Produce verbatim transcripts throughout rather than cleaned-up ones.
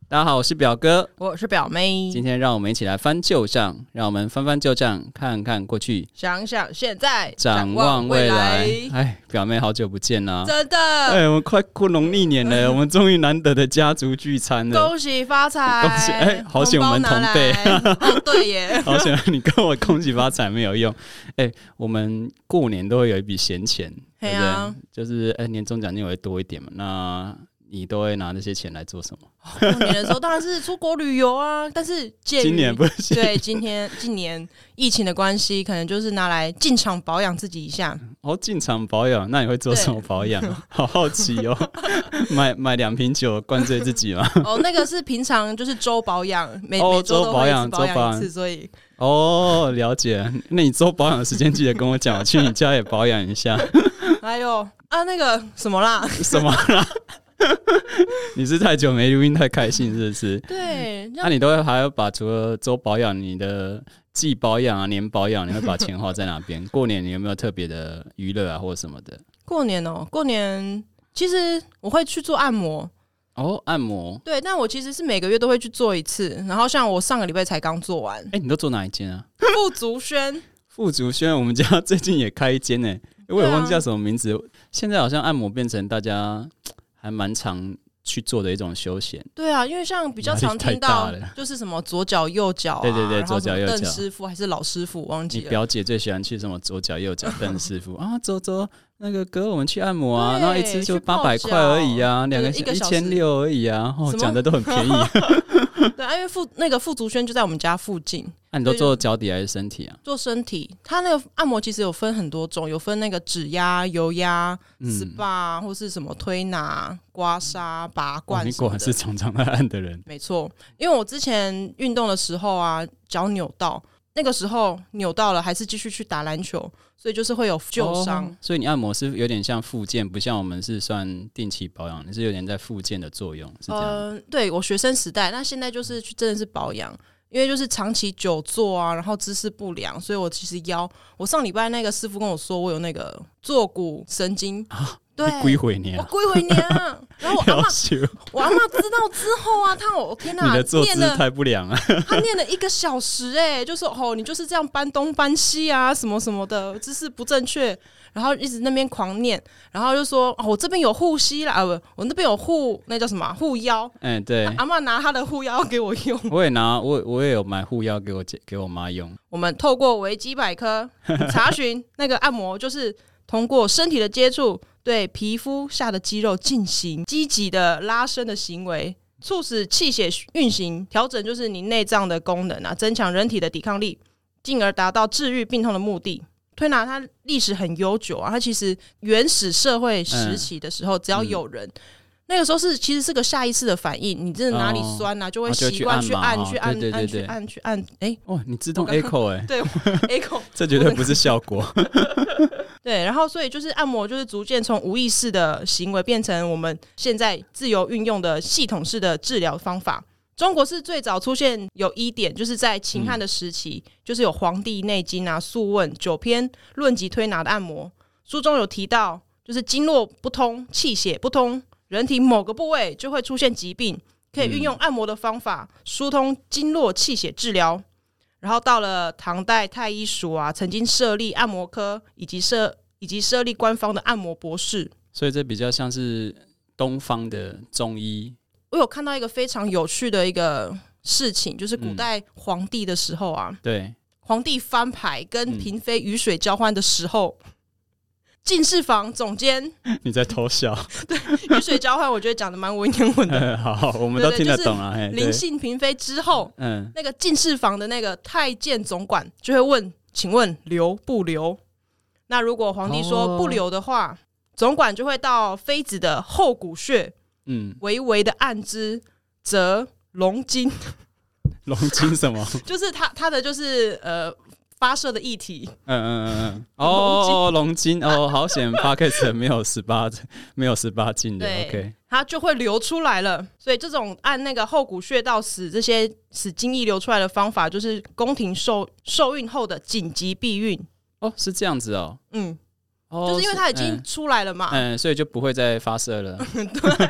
大家好，我是表哥， 我是表妹。 今天让我们一起来翻旧账，让我们翻翻旧账，看看过去， 想想现在， 展望未来。哎，表妹好久不见啦！ 真的， 哎，我们快过农历年了，我们终于难得的家族聚餐了， 恭喜发财！ 恭喜！哎，好险我们同辈， 哦，对耶， 好险你跟我恭喜发财没有用。哎，我们过年都会有一笔闲钱，对不对？就是哎，年终奖金会多一点嘛，那。你都会拿那些钱来做什么？ 过年的时候当然是出国旅游啊，但是鉴于今年不行， 对，今天今年疫情的关系，可能就是拿来进场保养自己一下。 哦，进场保养，那你会做什么保养？好好奇哦，买买两瓶酒灌醉自己吗？ 哦，那个是平常就是周保养，每、 哦、 每周都会一次保养一次，所以哦，了解。那你周保养的时间记得跟我讲，我去你家也保养一下。 还有啊，那个什么啦， 什么啦？你是太久没录音太开心是不是？ 对， 那、啊、你都会还要把除了周保养，你的季保养啊、年保养，你会把钱花在哪边？过年你有没有特别的娱乐啊，或者什么的？过年哦，过年其实我会去做按摩哦，按摩对，但我其实是每个月都会去做一次。然后像我上个礼拜才刚做完。 哎、欸，你都做哪一间啊？ 富足轩， 富足轩，我们家最近也开一间呢、欸，我也忘记叫什么名字。啊、现在好像按摩变成大家还蛮常去做的一种休闲。对啊，因为像比较常听到就是什么左脚右脚、啊， 对对对，左脚右脚。 邓师傅还是老师傅忘记了。 你表姐最喜欢去什么左脚右脚邓师傅啊？走走，那个哥我们去按摩啊，然后一次就八百块而已啊，两个一千六而已啊，哦，讲的都很便宜。 对啊，因为富那个富足轩就在我们家附近。 那、啊、你都做脚底还是身体啊？ 做身体，它那个按摩其实有分很多种，有分那个指压、油压、嗯、S P A 或是什么推拿、刮痧、拔罐。 你果然是常常在按的人。 没错，因为我之前运动的时候啊，脚扭到，那个时候扭到了，还是继续去打篮球，所以就是会有旧伤、哦。 所以你按摩是有点像复健，不像我们是算定期保养，你是有点在复健的作用，是这样。呃， 对我学生时代，那现在就是真的是保养。因为就是长期久坐啊，然后姿势不良，所以我其实腰，我上礼拜那个师傅跟我说，我有那个坐骨神经， 啊、 对， 你几岁年？ 我几岁年啊？然后我阿嬷，我阿嬷知道之后啊，她我天哪， 你的坐姿太不良了， 她念了一个小时、欸，哎，就说哦，你就是这样搬东搬西啊，什么什么的，姿势不正确。然后一直那边狂念，然后就说：“哦，我这边有护膝啦，啊不，我那边有护那叫什么护腰。” 嗯，对。 阿嬷拿她的护腰给我用， 我也拿，我我也有买护腰给我给我妈用。 我们透过维基百科查询，那个按摩就是通过身体的接触，对皮肤下的肌肉进行积极的拉伸的行为，促使气血运行，调整就是你内脏的功能啊，增强人体的抵抗力，进而达到治愈病痛的目的。推拿它历史很悠久啊，它其实原始社会时期的时候，嗯、只要有人、嗯，那个时候是其实是个下意识的反应，你真的哪里酸啊，哦、就会习惯去按、去按、按、去按、去按。哎， 哦，你自动 echo 哎、欸， 对 echo， 这绝对不是效果。 对，然后所以就是按摩，就是逐渐从无意识的行为变成我们现在自由运用的系统式的治疗方法。中国是最早出现有医典，就是在秦汉的时期、嗯、就是有《黄帝内经》啊、《素问》九篇论及推拿的按摩，书中有提到就是经络不通、气血不通，人体某个部位就会出现疾病，可以运用按摩的方法、嗯、疏通经络气血治疗。然后到了唐代太医署啊，曾经设立按摩科，以及设以及设立官方的按摩博士， 所以这比较像是东方的中医。 我有看到一个非常有趣的一个事情，就是古代皇帝的时候啊，嗯、 对， 皇帝翻牌跟嫔妃雨水交换的时候，进、嗯、士房总监， 你在偷笑？ 对，雨水交换，我觉得讲的蛮文言文的、 嗯。好，我们都听得懂啊。 就是、临幸嫔妃之后，嗯，那个进士房的那个太监总管就会问：“请问留不留？”那如果皇帝说不留的话，哦、总管就会到妃子的后骨穴。嗯，微微的按之，则龙筋。 龙筋什么？ 就是它，它的就是呃发射的液体。 嗯嗯嗯嗯。哦，龙筋哦，好险 ，Podcast 没有十八，没有十八禁的。OK， 它就会流出来了。所以这种按那个后骨穴道使这些使精液流出来的方法，就是宫廷受受孕后的紧急避孕。 哦，是这样子哦。嗯。 就是因为它已经出来了嘛， 嗯，嗯，所以就不会再发射了。 对，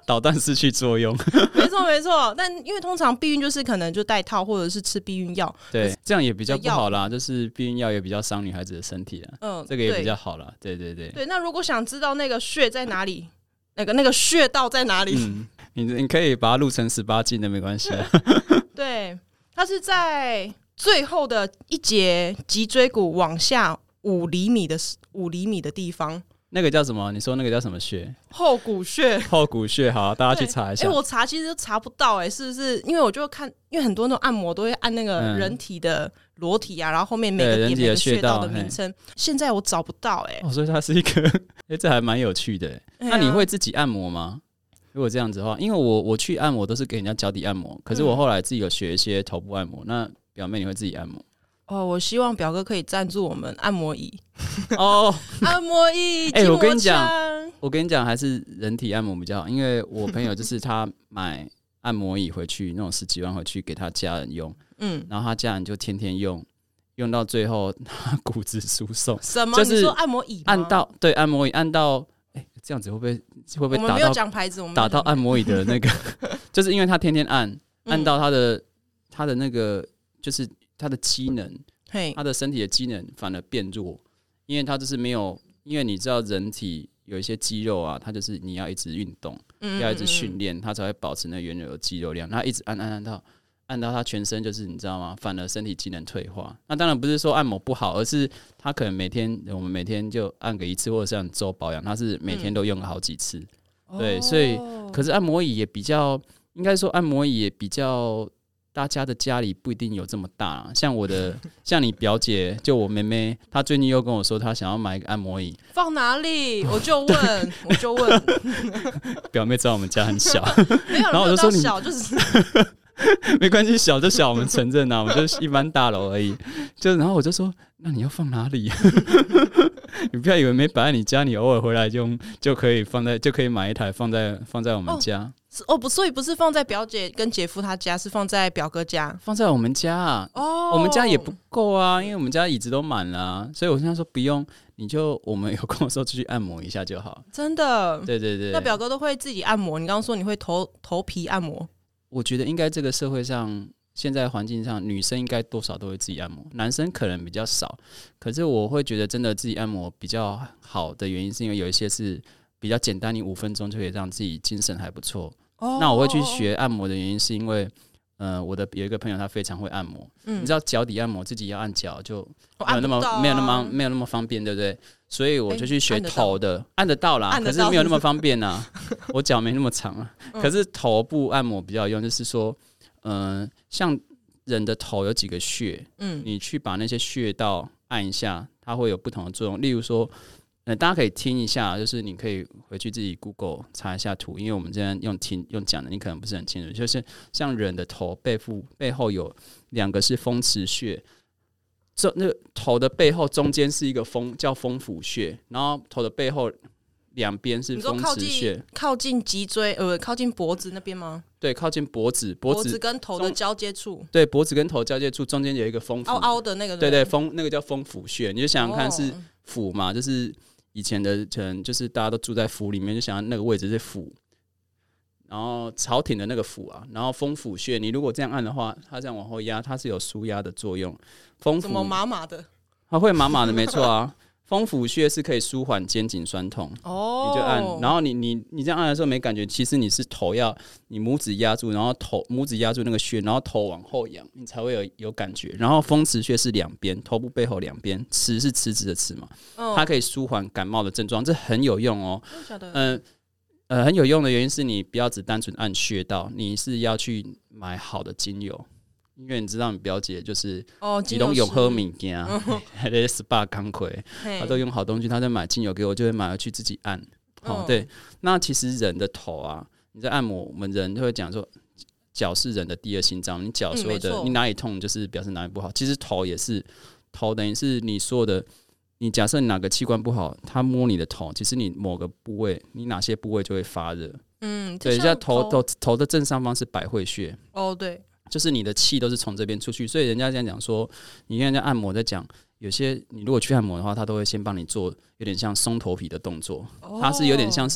导弹失去作用。 没错没错，但因为通常避孕就是可能就戴套或者是吃避孕药， 对，这样也比较不好啦，就是避孕药也比较伤女孩子的身体啦，嗯，这个也比较好啦，对对对对。那如果想知道那个穴在哪里，那个那个穴道在哪里，嗯， 你你可以把它录成十八禁的没关系啊。 对，它是在最后的一节脊椎骨往下五厘米的五厘米的地方。 那个叫什么？你说那个叫什么穴？ 后骨穴。 后骨穴，好，大家去查一下。 哎、欸，我查其实都查不到、欸，哎，是不是？因为我就看，因为很多那种按摩都会按那个人体的裸体啊，嗯、然后后面每个点每个穴道的名称，现在我找不到、欸，哎、 哦，所以它是一个，哎、欸，这还蛮有趣的、欸。啊、那你会自己按摩吗？如果这样子的话，因为我我去按摩都是给人家脚底按摩，可是我后来自己有学一些头部按摩。嗯、那表妹你会自己按摩？ 哦，我希望表哥可以赞助我们按摩椅哦，按摩椅。 哎、欸，我跟你讲，我跟你讲，还是人体按摩比较好，因为我朋友就是他买按摩椅回去，那种十几万回去给他家人用，嗯，然后他家人就天天用，用到最后他骨质疏松。 什么？ 就是你说按摩椅吗？ 按到对按摩椅按到，哎、欸，这样子会不会会不会打到？ 我们没有讲牌子，我们打到按摩椅的那个，就是因为他天天按，按到他的、嗯、他的那个就是。他的机能，他的身体的机能反而变弱，因为他就是没有，因为你知道人体有一些肌肉啊，它就是你要一直运动，嗯嗯嗯要一直训练，它才会保持那原有的肌肉量。他一直按按按到按到他全身就是你知道吗？反而身体机能退化。那当然不是说按摩不好，而是他可能每天我们每天就按个一次，或者像周保养，他是每天都用个好几次。嗯、对，所以可是按摩椅也比较，应该说按摩椅也比较。大家的家里不一定有这么大，像我的，像你表姐，就我妹妹，她最近又跟我说，她想要买一个按摩椅， 放哪里？我就问，我就问， 表妹知道我们家很小， 没有，然后我就说你小就是， 没关系，小就小，我们承认啊，我们就是一般大楼而已。就然后我就说，那你要放哪里？你不要以为没摆在你家，你偶尔回来就就可以放在，就可以买一台放在放在我们家。哦哦不，所以不是放在表姐跟姐夫他家，是放在表哥家， 放在我们家啊。哦，我们家也不够啊，因为我们家椅子都满了、啊，所以我现在说不用，你就我们有空的时候就去按摩一下就好。 真的？ 对对对。 那表哥都会自己按摩，你刚刚说你会头头皮按摩， 我觉得应该这个社会上，现在环境上，女生应该多少都会自己按摩，男生可能比较少。可是我会觉得真的自己按摩比较好的原因，是因为有一些是比较简单，你五分钟就可以让自己精神还不错。Oh, 那我会去学按摩的原因是因为，呃，我的有一个朋友他非常会按摩，嗯、你知道脚底按摩自己要按脚就没有那么、啊、没有那么没有那么方便，对不对？所以我就去学头的，欸、按得到啦，可是没有那么方便啊，我脚没那么长啊。嗯、可是头部按摩比较有用，就是说，嗯、呃，像人的头有几个穴，嗯，你去把那些穴道按一下，它会有不同的作用，例如说。呃，大家可以听一下，就是你可以回去自己 Google 查一下图，因为我们这样用听用讲的，你可能不是很清楚。就是像人的头背部背后有两个是风池穴，这那个头的背后中间是一个风叫风府穴，然后头的背后两边是风池穴， 靠近脊椎呃，靠近脖子那边吗？ 对，靠近脖子，脖子, 脖子跟头的交接处。 对，脖子跟头交接处中间有一个风府， 凹凹的那个。 对对，风那个叫风府穴，你就想想看是府嘛，就是。以前的人就是大家都住在府里面，就想那个位置是府，然后朝廷的那个府啊，然后风府穴，你如果这样按的话，它这样往后压，它是有舒压的作用。风府怎么麻麻的？ 它会麻麻的，没错啊。风府穴是可以舒缓肩颈酸痛，哦，你就按，然后你你你这样按的时候没感觉，其实你是头要你拇指压住，然后头拇指压住那个穴，然后头往后仰，你才会有有感觉。然后风池穴是两边，头部背后两边，池是池子的池嘛，哦、它可以舒缓感冒的症状，这很有用哦。嗯呃，很有用的原因是你不要只单纯按穴道，你是要去买好的精油。因为你知道你表姐就是你都用喝物件，还得 S P A 钢盔，她都用好东西，她在买精油给我，就会买回去自己按。哦，对，那其实人的头啊，你在按摩，我们人就会讲说，脚是人的第二心脏，你脚所有的、嗯、你哪里痛，就是表示哪里不好。其实头也是，头等于是你所有的，你假设你哪个器官不好，他摸你的头，其实你某个部位，你哪些部位就会发热。嗯，对，像头头头的正上方是百会穴。哦，对。就是你的气都是从这边出去，所以人家这样讲说，你跟人家按摩在讲，有些你如果去按摩的话，他都会先帮你做有点像松头皮的动作，它是有点像是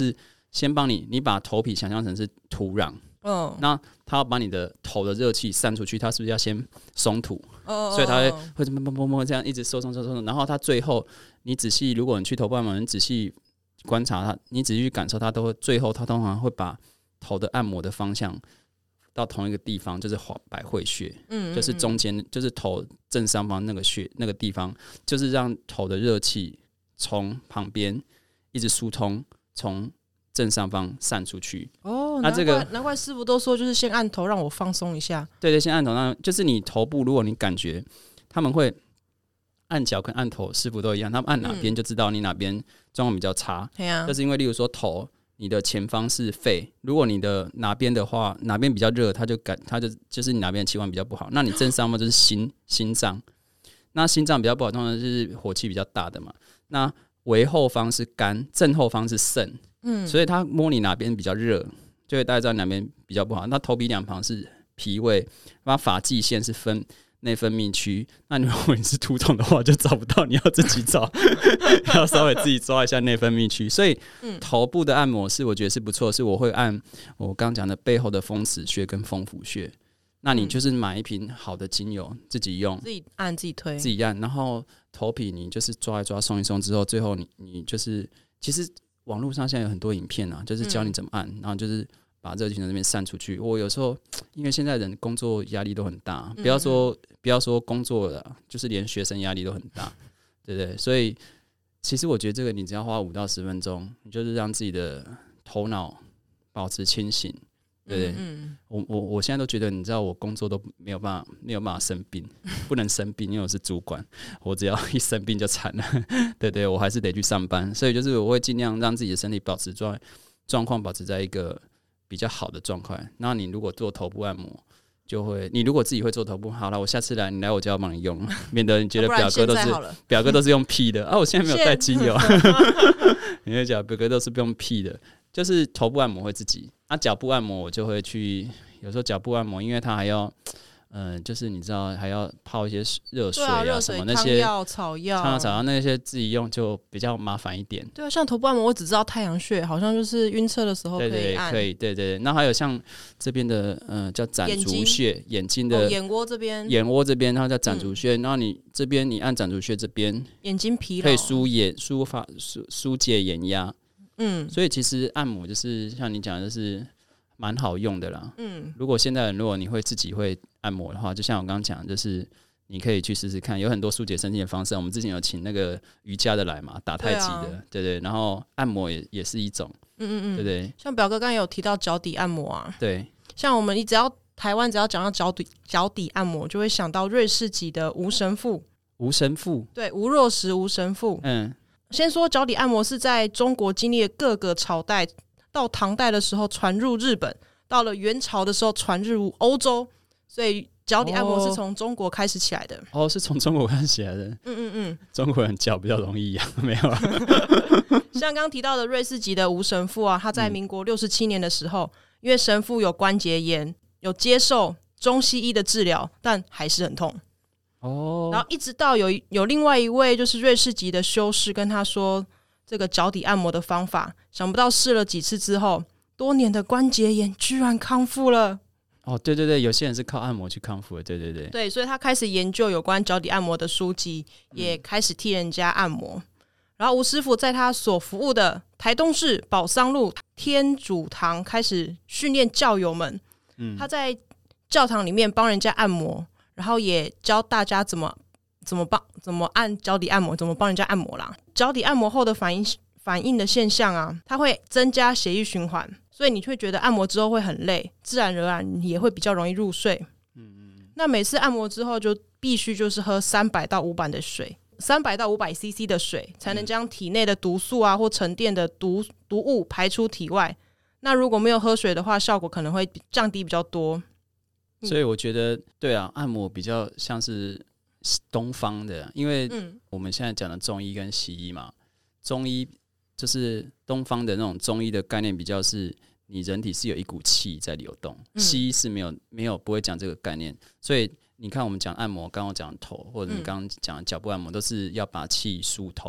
先帮你，你把头皮想象成是土壤，嗯，那他要把你的头的热气散出去，他是不是要先松土？哦，所以他会会这么啵啵啵这样一直收收收收，然后他最后你仔细，如果你去头部按摩，你仔细观察他，你仔细去感受他，都会最后他通常会把头的按摩的方向到同一个地方，就是百会穴，嗯，就是中间，就是头正上方那个穴那个地方，就是让头的热气从旁边一直疏通，从正上方散出去。 哦，那这个难怪师傅都说，就是先按头让我放松一下。 对对，先按头，让就是你头部，如果你感觉他们会按脚跟按头，师傅都一样，他们按哪边就知道你哪边状况比较差。对啊，就是因为例如说头。你的前方是肺，如果你的哪边的话，哪边比较热，它就感它就就是你哪边的器官比较不好。那你正上方就是心心脏，那心脏比较不好，通常就是火气比较大的嘛。那为后方是肝，正后方是肾，嗯，所以它摸你哪边比较热，就会大概知道哪边比较不好。那头皮两旁是脾胃，那发际线是分。内分泌区，那如果你是秃头的话，就找不到，你要自己找，要稍微自己抓一下内分泌区。所以，头部的按摩是我觉得是不错，是我会按我刚讲的背后的风池穴跟风府穴。那你就是买一瓶好的精油自己用， 自己按自己推， 自己按，然后头皮你就是抓一抓、松一松之后，最后你你就是其实网络上现在有很多影片啊，就是教你怎么按，然后就是。把热气从那边散出去。我有时候因为现在人工作压力都很大，不要说不要说工作了，就是连学生压力都很大，对不对？所以其实我觉得这个你只要花五到十分钟，你就是让自己的头脑保持清醒，对不对？嗯、我我我现在都觉得，你知道我工作都没有办法没有办法生病，不能生病，因为我是主管，我只要一生病就惨了，对对，我还是得去上班，所以就是我会尽量让自己的身体保持状状况保持在一个。比较好的状况，那你如果做头部按摩，就会你如果自己会做头部，好了，我下次来，你来我家帮你用，免得你觉得表哥都是表哥都是用屁的啊，我现在没有带精油，你会讲表哥都是不用屁的，就是头部按摩会自己，那、啊、脚部按摩我就会去，有时候脚部按摩，因为它还要。嗯，就是你知道还要泡一些热水啊，啊什么那些汤药、草药、 汤药、草药那些自己用就比较麻烦一点。 对啊，像头部按摩，我只知道太阳穴，好像就是晕车的时候可以按。 对对可以，对对对。那还有像这边的，呃，叫攒竹穴，眼睛的、 哦、眼窝这边， 眼窝这边，然后叫攒竹穴。嗯、然后你这边你按攒竹穴这边， 眼睛疲劳可以疏眼、疏发、疏疏解眼压。嗯，所以其实按摩就是像你讲的，就是蛮好用的啦。嗯，如果现在如果你会自己会。按摩的话，就像我刚刚讲，就是你可以去试试看，有很多疏解身体的方式。我们之前有请那个瑜伽的来嘛，打太极的，对、啊、对, 对。然后按摩也也是一种，嗯嗯嗯，对对。 像表哥刚才有提到脚底按摩啊， 对。 像我们只要台湾只要讲到脚底脚底按摩，就会想到瑞士籍的吴神父。 吴神父， 对，吴若石吴神父。嗯，先说脚底按摩是在中国经历了各个朝代，到唐代的时候传入日本，到了元朝的时候传入欧洲。所以脚底按摩是从中国开始起来的。 哦，是从中国开始起来的。嗯嗯嗯，中国人脚比较容易痒，没有啊。 像刚刚提到的瑞士籍的吴神父啊，他在民国六十七年的时候，嗯、因为神父有关节炎，有接受中西医的治疗，但还是很痛。哦，然后一直到有有另外一位就是瑞士籍的修士跟他说这个脚底按摩的方法，想不到试了几次之后，多年的关节炎居然康复了。 哦，对对对，有些人是靠按摩去康复的，对对对。 对，所以他开始研究有关脚底按摩的书籍，也开始替人家按摩。嗯、然后吴师傅在他所服务的台东市宝桑路天主堂开始训练教友们。嗯，他在教堂里面帮人家按摩，然后也教大家怎么怎么帮怎么按脚底按摩，怎么帮人家按摩啦。脚底按摩后的反应反应的现象啊，它会增加血液循环。所以你会觉得按摩之后会很累，自然而然也会比较容易入睡。嗯嗯。那每次按摩之后就必须就是喝三百到五百的水，三百到五百 C C 的水，才能将体内的毒素啊或沉淀的毒毒物排出体外。那如果没有喝水的话，效果可能会降低比较多。 所以我觉得，对啊，按摩比较像是东方的，因为我们现在讲的中医跟西医嘛，中医就是东方的那种中医的概念比较是。你人体是有一股气在流动，西医是没有没有不会讲这个概念，所以你看我们讲按摩，刚刚我讲头，或者你刚刚讲脚部按摩，都是要把气疏通。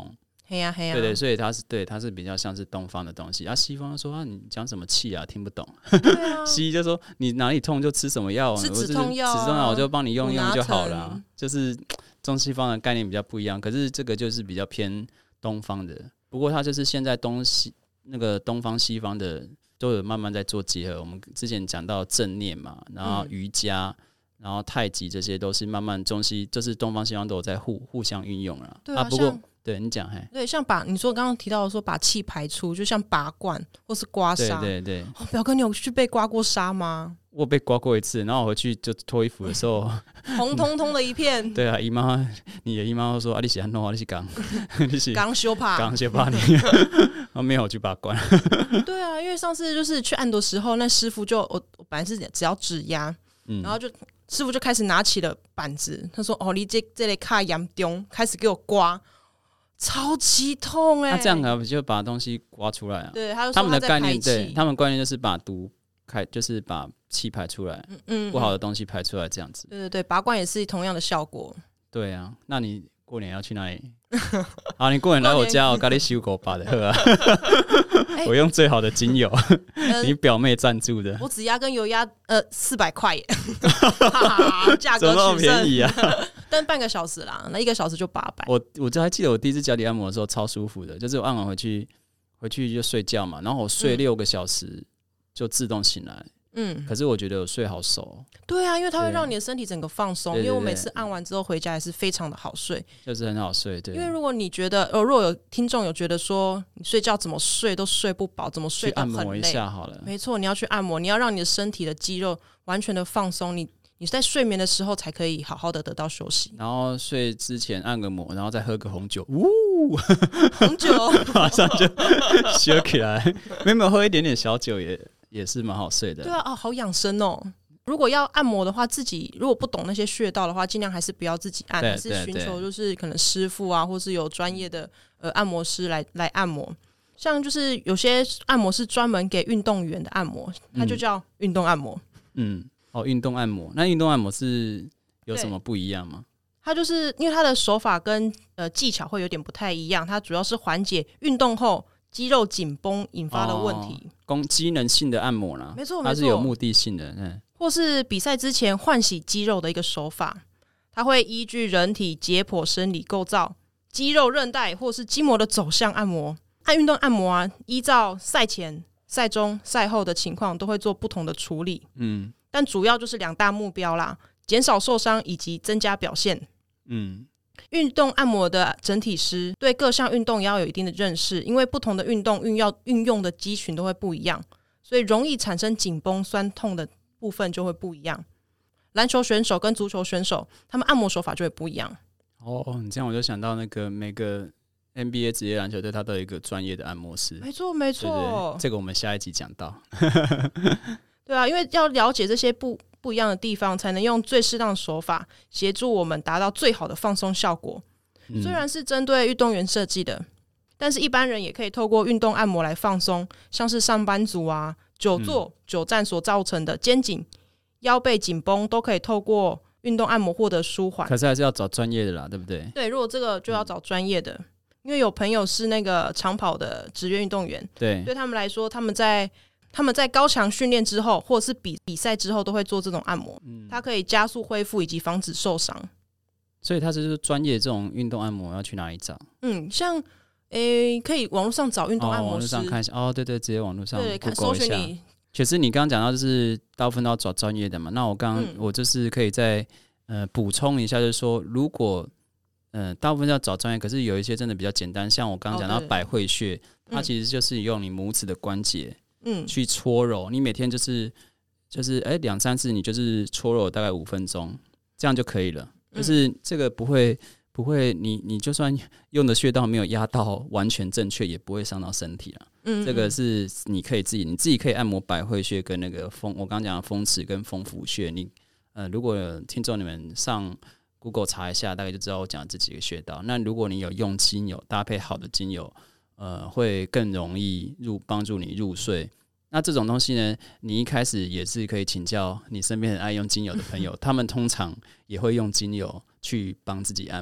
嘿呀嘿呀， 对对，所以它是对它是比较像是东方的东西，啊，西方说啊你讲什么气啊，听不懂。啊、西医就说你哪里痛就吃什么药， 吃止痛药、啊， 止痛药我就帮你用用就好了、啊，就是中西方的概念比较不一样。可是这个就是比较偏东方的，不过它就是现在东西那个东方西方的都有慢慢在做结合。我们之前讲到正念嘛，然后瑜伽。嗯然后太极这些都是慢慢中西，就是东方西方都有在互互相运用了。 对啊， 啊不过对你讲，嘿， 对，像把你说刚刚提到的说把气排出，就像拔罐或是刮痧。 对对对。 哦，表哥，你有去被刮过痧吗？ 我被刮过一次，然后我回去就脱衣服的时候， 红彤彤的一片。 对啊，姨妈，你的姨妈会说啊，你是安怎？你是刚，你是刚修怕， 刚修怕你，然后没有去拔罐。 对啊，因为上次就是去按的时候，那师傅就我我本来是只要指压，嗯、然后就。师傅就开始拿起了板子，他说：“哦，你这这类卡严重，开始给我刮，超级痛哎、欸！” 那、啊、这样啊，就把东西刮出来啊。 对，他就说他们的概念， 他对他们的概念就是把毒开，就是把气排出来， 嗯嗯， 不好的东西排出来，这样子。 对对对，拔罐也是同样的效果。 对啊，那你过年要去哪里？好，你过年来我家，我给你修狗把的喝啊。欸、我用最好的精油，呃、你表妹赞助的。 我指压跟油压呃四百块耶，价格怎么那么便宜啊？ 但半个小时啦，那一个小时就八百。 我我就还记得我第一次脚底按摩的时候超舒服的，就是我按完回去回去就睡觉嘛，然后我睡六个小时就自动醒来。嗯，可是我觉得我睡好熟。 对啊，因为它会让你的身体整个放松。因为我每次按完之后回家也是非常的好睡， 就是很好睡。对， 因为如果你觉得，呃，如果有听众有觉得说你睡觉怎么睡都睡不饱，怎么睡都很累， 去按摩一下好了。 没错，你要去按摩，你要让你的身体的肌肉完全的放松，你你在睡眠的时候才可以好好的得到休息。 然后睡之前按个摩，然后再喝个红酒，呜， 红酒马上就休起来。没有喝一点点小酒也。也是蛮好睡的。 对啊，哦，好养生哦。如果要按摩的话，自己如果不懂那些穴道的话，尽量还是不要自己按，还是寻求就是可能师傅啊，或是有专业的呃按摩师来来按摩。像就是有些按摩是专门给运动员的按摩，它就叫运动按摩。 嗯，哦，运动按摩。那运动按摩是有什么不一样吗？ 它就是因为它的手法跟呃技巧会有点不太一样，它主要是缓解运动后肌肉紧绷引发的问题， 供、哦、机能性的按摩啦， 没错， 它是有目的性的，嗯， 或是比赛之前唤醒肌肉的一个手法。它会依据人体解剖生理构造、肌肉、韧带或是筋膜的走向按摩。按运动按摩啊，依照赛前、赛中、赛后的情况都会做不同的处理，嗯，但主要就是两大目标啦：减少受伤以及增加表现，嗯。运动按摩的整体师对各项运动也要有一定的认识，因为不同的运动运要运用的肌群都会不一样，所以容易产生紧绷酸痛的部分就会不一样。篮球选手跟足球选手他们按摩手法就会不一样。 哦，你这样我就想到那个每个 N B A 职业篮球队他都有一个专业的按摩师。 没错没错， 这个我们下一集讲到。 对啊，因为要了解这些不不一样的地方，才能用最适当的手法协助我们达到最好的放松效果。嗯、虽然是针对运动员设计的，但是一般人也可以透过运动按摩来放松，像是上班族啊、久坐、嗯、久站所造成的肩颈、腰背紧绷，都可以透过运动按摩获得舒缓。 可是还是要找专业的啦，对不对？ 对，如果这个就要找专业的，嗯、因为有朋友是那个长跑的职业运动员， 对， 对他们来说，他们在他们在高强训练之后，或者是比比赛之后，都会做这种按摩，嗯、它可以加速恢复以及防止受伤。 所以它就是专业这种运动按摩要去哪里找？ 嗯，像诶，可以网络上找运动按摩师， 哦、网络上看一下哦，对对，直接网络上对看搜寻你。 其实你刚刚讲到就是大部分都要找专业的嘛，那我刚刚、嗯、我就是可以再呃补充一下，就是说如果呃大部分要找专业，可是有一些真的比较简单，像我刚刚讲到百会穴，哦、它其实就是用你拇指的关节。嗯，去搓揉，你每天就是就是哎两三次，你就是搓揉大概五分钟，这样就可以了。嗯、就是这个不会不会，你你就算用的穴道没有压到完全正确，也不会伤到身体了。嗯，这个是你可以自己你自己可以按摩百会穴跟那个风，我刚刚讲的风池跟风府穴。你呃，如果有听众你们上 Google 查一下，大概就知道我讲的这几个穴道。那如果你有用精油搭配好的精油。呃，会更容易入帮助你入睡。那这种东西呢，你一开始也是可以请教你身边很爱用精油的朋友，他们通常也会用精油去帮自己按摩，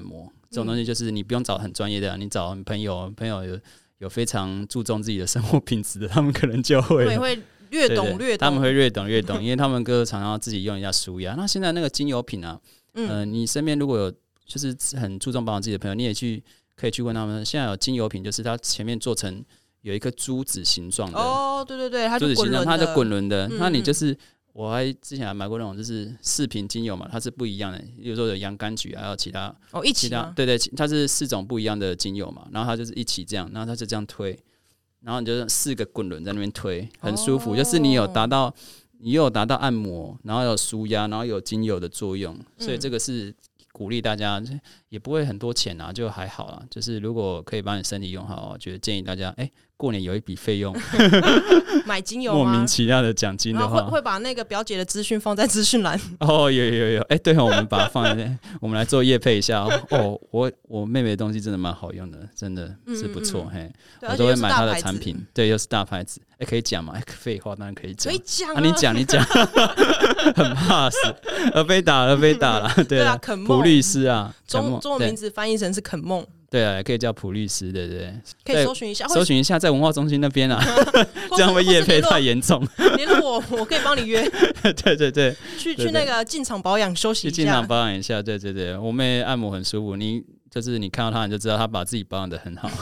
这种东西就是你不用找很专业的、啊，你找朋友，朋友有有非常注重自己的生活品质的，他们可能就会他们会略懂略懂， 他们会略懂略懂，因为他们哥常常要自己用一下舒压。那现在那个精油品啊，嗯、呃，你身边如果有就是很注重保养自己的朋友，你也去可以去问他们，现在有精油品，就是它前面做成有一颗珠子形状的， 哦，对对对，它就滚轮的， 它就滚轮的，嗯、那你就是。我还之前还买过那种，就是四瓶精油嘛，它是不一样的。比如说有洋甘菊，还有其他哦，一起吗？对对，它是四种不一样的精油嘛，然后它就是一起这样，然后它就这样推，然后你就四个滚轮在那边推，很舒服。哦、就是你有达到，你有达到按摩，然后有舒压，然后有精油的作用，所以这个是鼓励大家，也不会很多钱啊，就还好啦。就是如果可以把你身体用好，我觉得建议大家，哎、欸。过年有一笔费用买精油吗？ 莫名其妙的奖金的话， 然后 会, 会把那个表姐的资讯放在资讯栏。 哦，有有有，哎、欸，对哦，我们把它放在那，我们来做业配一下哦。哦，我我妹妹的东西真的蛮好用的，真的是不错、嗯嗯、嘿，我都会买她的产品。对，又是大牌子，哎、欸，可以讲吗？哎、欸，废话当然可以讲， 可以讲啊， 啊你讲你讲，很怕死，而被打而被打了，对啊，肯普律师啊， 中中文名字翻译成是肯梦。 对啊，也可以叫普律师，对不对？ 可以搜寻一下， 搜寻一下在文化中心那边啊，这样会业配太严重。 联络我，我可以帮你约。 对对对， 去去那个进场保养休息一下， 去进场保养一下。对对对，我妹按摩很舒服，你就是你看到她你就知道她把自己保养得很好。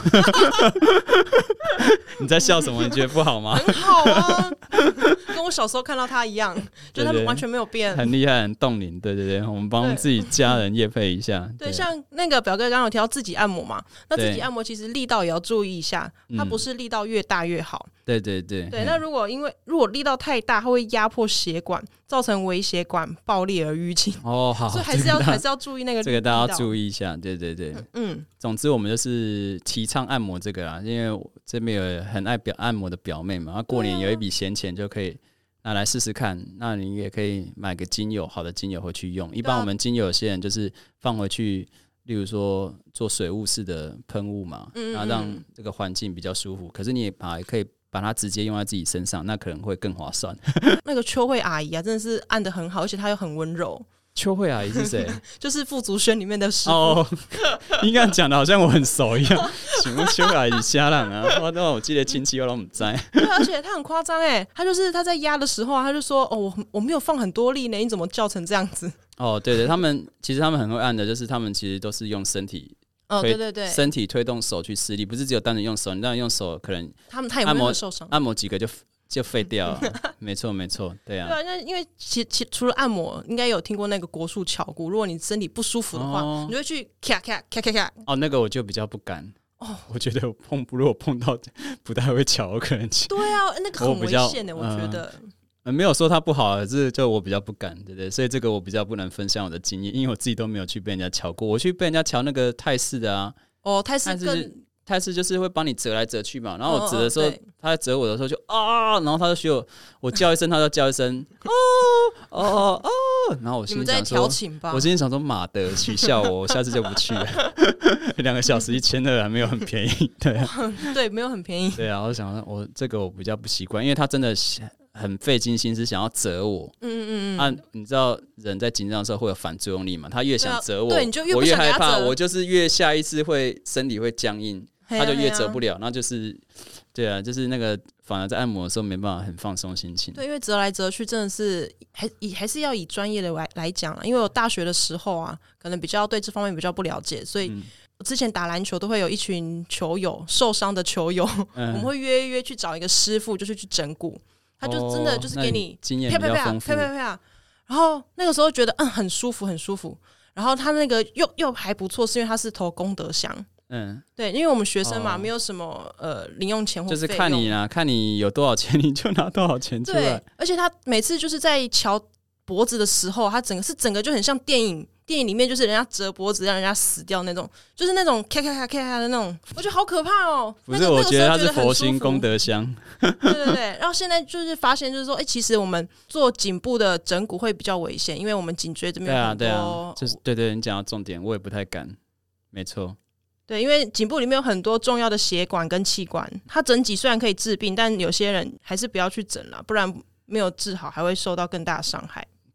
你在笑什么？你觉得不好吗？ 很好啊，跟我小时候看到她一样，就他们完全没有变， 很厉害，很冻龄。对对对，我们帮自己家人业配一下。 对，对像那个表哥刚刚有提到自己按摩嘛，那自己按摩其实力道也要注意一下，它不是力道越大越好。 对对对对，那如果因为如果力道太大，它会压迫血管，造成微血管爆裂而淤青。 哦，好， 所以还是要、这个、还是要注意那个力道， 这个大家要注意一下。对对对，嗯，总之我们就是提倡按摩这个啦，因为这边有很爱表按摩的表妹嘛，过年有一笔闲钱就可以拿来试试看。那你也可以买个精油，好的精油回去用。一般我们精油有些人就是放回去。例如说做水雾式的喷雾嘛，嗯嗯然后让这个环境比较舒服。可是你也把可以把它直接用在自己身上，那可能会更划算。 那个秋慧阿姨啊，真的是按得很好，而且她又很温柔。 秋慧阿姨是谁？ 就是富足轩里面的师傅。 哦，你刚讲的好像我很熟一样。请问秋慧阿姨瞎人啊？我我记得亲戚我都不知道。 对，而且他很夸张哎，他就是他在压的时候，他就说：“哦，我我没有放很多力呢，你怎么叫成这样子？” 哦，对对，他们其实他们很会按的，就是他们其实都是用身体。 哦，对对对， 身体推动手去施力，不是只有单纯用手，你当然用手可能他们他也不会受伤， 按摩几个就就废掉了。没错没错，对啊。 对啊，那因为其其除了按摩，应该有听过那个国术巧骨，如果你身体不舒服的话，哦、你就会去咔咔咔咔咔。 哦，那个我就比较不敢。哦，我觉得我碰如果碰到不太会巧，我可能去。 对啊，那个很危险的，我, 我觉得。 呃没有说他不好，只是就我比较不敢，对不对？所以这个我比较不能分享我的经验，因为我自己都没有去被人家敲过。我去被人家敲那个泰式的啊， 哦，泰式更泰式就是会帮你折来折去嘛，然后我折的时候，哦哦他在折我的时候就啊，然后他就学我，我叫一声，他就叫一声，哦哦哦，然后我心里想说，我心里想说，妈的，取笑我，我下次就不去了。两个小时一千二还没有很便宜，对、啊， 对，没有很便宜， 对啊，我想说我这个我比较不习惯，因为他真的很费尽心思想要折我，嗯嗯嗯，啊，你知道人在紧张的时候会有反作用力嘛？他越想折我， 对，你就越我越害怕，我就是越下意识会身体会僵硬，他就越折不了，那就是对啊，就是那个反而在按摩的时候没办法很放松心情。 对，因为折来折去真的是还以还是要以专业的来来讲啦，因为我大学的时候啊，可能比较对这方面比较不了解，所以。嗯我之前打篮球都会有一群球友受伤的球友，嗯、我们会约约去找一个师傅，就是去整骨，他就真的就是给你经验比较丰富， 啪啪啪啪啪，然后那个时候觉得嗯很舒服很舒服，然后他那个又又还不错，是因为他是投功德箱，嗯，对，因为我们学生嘛，哦、没有什么呃零用钱或就是看你啦，看你有多少钱你就拿多少钱出来， 对，而且他每次就是在瞧脖子的时候，他整个是整个就很像电影。电影里面就是人家折脖子让人家死掉那种，就是那种咔咔咔咔咔的那种，我觉得好可怕哦。 不是，那个、我觉得他是佛心功德箱。 对对对，然后现在就是发现，就是说，哎、欸，其实我们做颈部的整骨会比较危险，因为我们颈椎这边有很多。 对啊，对啊，就是对对，你讲到重点，我也不太敢。没错。 对，因为颈部里面有很多重要的血管跟气管，它整脊虽然可以治病，但有些人还是不要去整啦，不然没有治好还会受到更大的伤害。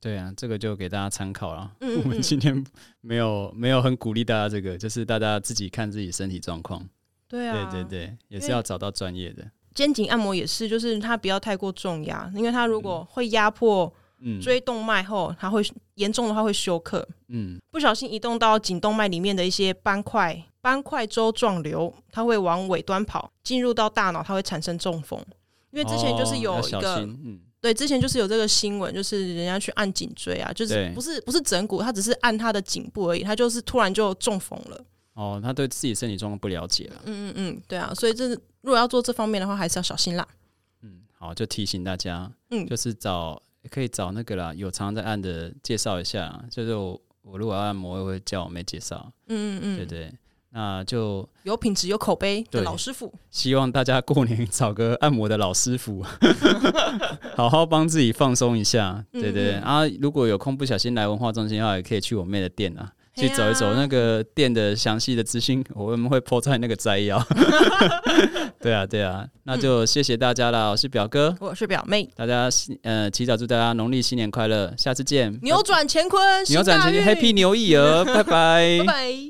对啊，这个就给大家参考了。 嗯嗯嗯， 我们今天没有没有很鼓励大家这个，就是大家自己看自己身体状况。 对啊， 对对对，也是要找到专业的。 肩颈按摩也是，就是它不要太过重压，因为它如果会压迫椎动脉后，它会严重的话会休克。嗯，不小心移动到颈动脉里面的一些斑块斑块周状瘤，它会往尾端跑，进入到大脑，它会产生中风。因为之前就是有一个，哦嗯、对，之前就是有这个新闻，就是人家去按颈椎啊，就是不是不是整骨，他只是按他的颈部而已，他就是突然就中风了。 哦，他对自己身体状况不了解了。 嗯嗯嗯，对啊，所以这如果要做这方面的话，还是要小心啦。 嗯，好，就提醒大家，嗯，就是找可以找那个啦，有常常在按的介绍一下，就是我我如果要按摩，我会叫我妹介绍。嗯嗯嗯，对对。那就有品质有口碑的老师傅， 希望大家过年找个按摩的老师傅好好帮自己放松一下。对对、嗯嗯、啊，如果有空不小心来文化中心的话，也可以去我妹的店啊，去走一走。那个店的详细的资讯我们会 po 在那个摘要对啊对啊，那就谢谢大家啦。我是表哥， 我是表妹， 大家呃提早祝大家农历新年快乐，下次见。 扭转乾坤， 扭转乾坤 Happy New Year 拜拜拜拜。